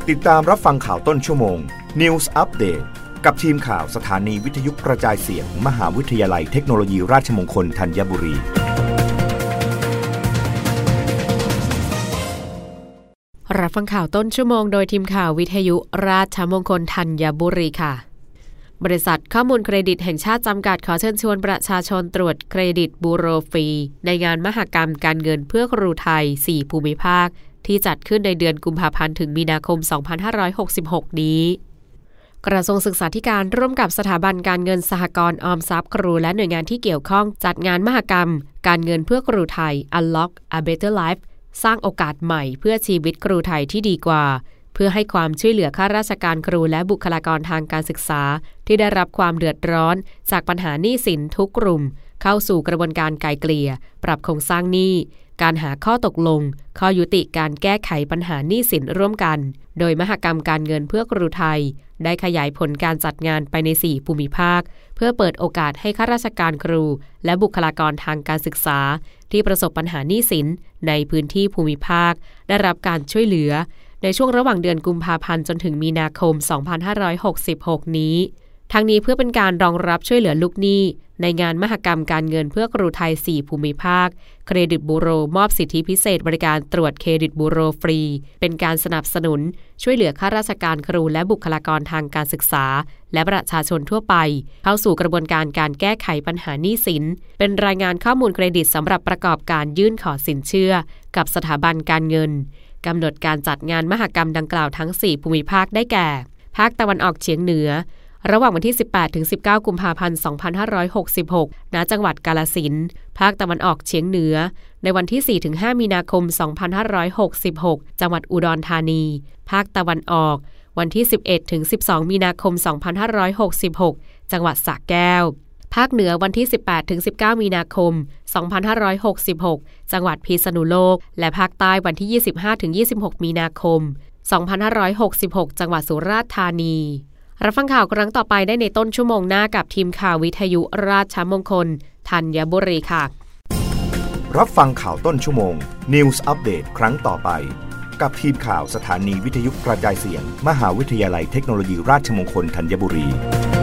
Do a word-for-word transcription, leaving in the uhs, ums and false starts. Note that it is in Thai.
ติดตามรับฟังข่าวต้นชั่วโมง News Update กับทีมข่าวสถานีวิทยุกระจายเสียง มหาวิทยาลัยเทคโนโลยีราชมงคลธัญบุรีรับฟังข่าวต้นชั่วโมงโดยทีมข่าววิทยุราชมงคลธัญบุรีค่ะบริษัทข้อมูลเครดิตแห่งชาติจำกัดขอเชิญชวนประชาชนตรวจเครดิตบูโรฟรีในงานมหกรรมการเงินเพื่อครูไทยสี่ภูมิภาคที่จัดขึ้นในเดือนกุมภาพันธ์ถึงมีนาคมสองพันห้าร้อยหกสิบหกนี้กระทรวงศึกษาธิการร่วมกับสถาบันการเงินสหกรณ์ออมทรัพย์ครูและหน่วยงานที่เกี่ยวข้องจัดงานมหกรรมการเงินเพื่อครูไทย Unlock a Better Life สร้างโอกาสใหม่เพื่อชีวิตครูไทยที่ดีกว่าเพื่อให้ความช่วยเหลือข้าราชการครูและบุคลากรทางการศึกษาที่ได้รับความเดือดร้อนจากปัญหาหนี้สินทุกกลุ่มเข้าสู่กระบวนการไกล่เกลี่ยปรับโครงสร้างหนี้การหาข้อตกลงข้อยุติการแก้ไขปัญหาหนี้สินร่วมกันโดยมหกรรมการเงินเพื่อครูไทยได้ขยายผลการจัดงานไปในสี่ภูมิภาคเพื่อเปิดโอกาสให้ข้าราชการครูและบุคลากรทางการศึกษาที่ประสบปัญหาหนี้สินในพื้นที่ภูมิภาคได้รับการช่วยเหลือในช่วงระหว่างเดือนกุมภาพันธ์จนถึงมีนาคมสองพันห้าร้อยหกสิบหกนี้ทั้งนี้เพื่อเป็นการรองรับช่วยเหลือลูกหนี้ในงานมหกรรมการเงินเพื่อครูไทยสี่ภูมิภาคเครดิตบูโรมอบสิทธิพิเศษบริการตรวจเครดิตบูโรฟรีเป็นการสนับสนุนช่วยเหลือข้าราชการครูและบุคลากรทางการศึกษาและประชาชนทั่วไปเข้าสู่กระบวนการการแก้ไขปัญหาหนี้สินเป็นรายงานข้อมูลเครดิตสำหรับประกอบการยื่นขอสินเชื่อกับสถาบันการเงินกำหนดการจัดงานมหกรรมดังกล่าวทั้งสี่ภูมิภาคได้แก่ภาคตะวันออกเฉียงเหนือระหว่างวันที่สิบแปดถึงสิบเก้ากุมภาพันธ์สองพันห้าร้อยหกสิบหกณจังหวัดกาฬสินธุ์ภาคตะวันออกเฉียงเหนือในวันที่สี่ถึงห้ามีนาคมสองพันห้าร้อยหกสิบหกจังหวัดอุดรธานีภาคตะวันออกวันที่สิบเอ็ดถึงสิบสองมีนาคมสองพันห้าร้อยหกสิบหกจังหวัดสระแก้วภาคเหนือวันที่สิบแปดถึงสิบเก้ามีนาคมสองพันห้าร้อยหกสิบหกจังหวัดพิษณุโลกและภาคใต้วันที่ยี่สิบห้าถึงยี่สิบหกมีนาคมสองพันห้าร้อยหกสิบหกจังหวัดสุราษฎร์ธานีรับฟังข่าวครั้งต่อไปได้ในต้นชั่วโมงหน้ากับทีมข่าววิทยุราชมงคลธัญบุรีค่ะรับฟังข่าวต้นชั่วโมง News Update ครั้งต่อไปกับทีมข่าวสถานีวิทยุกระจายเสียง มหาวิทยาลัยเทคโนโลยีราชมงคลธัญบุรี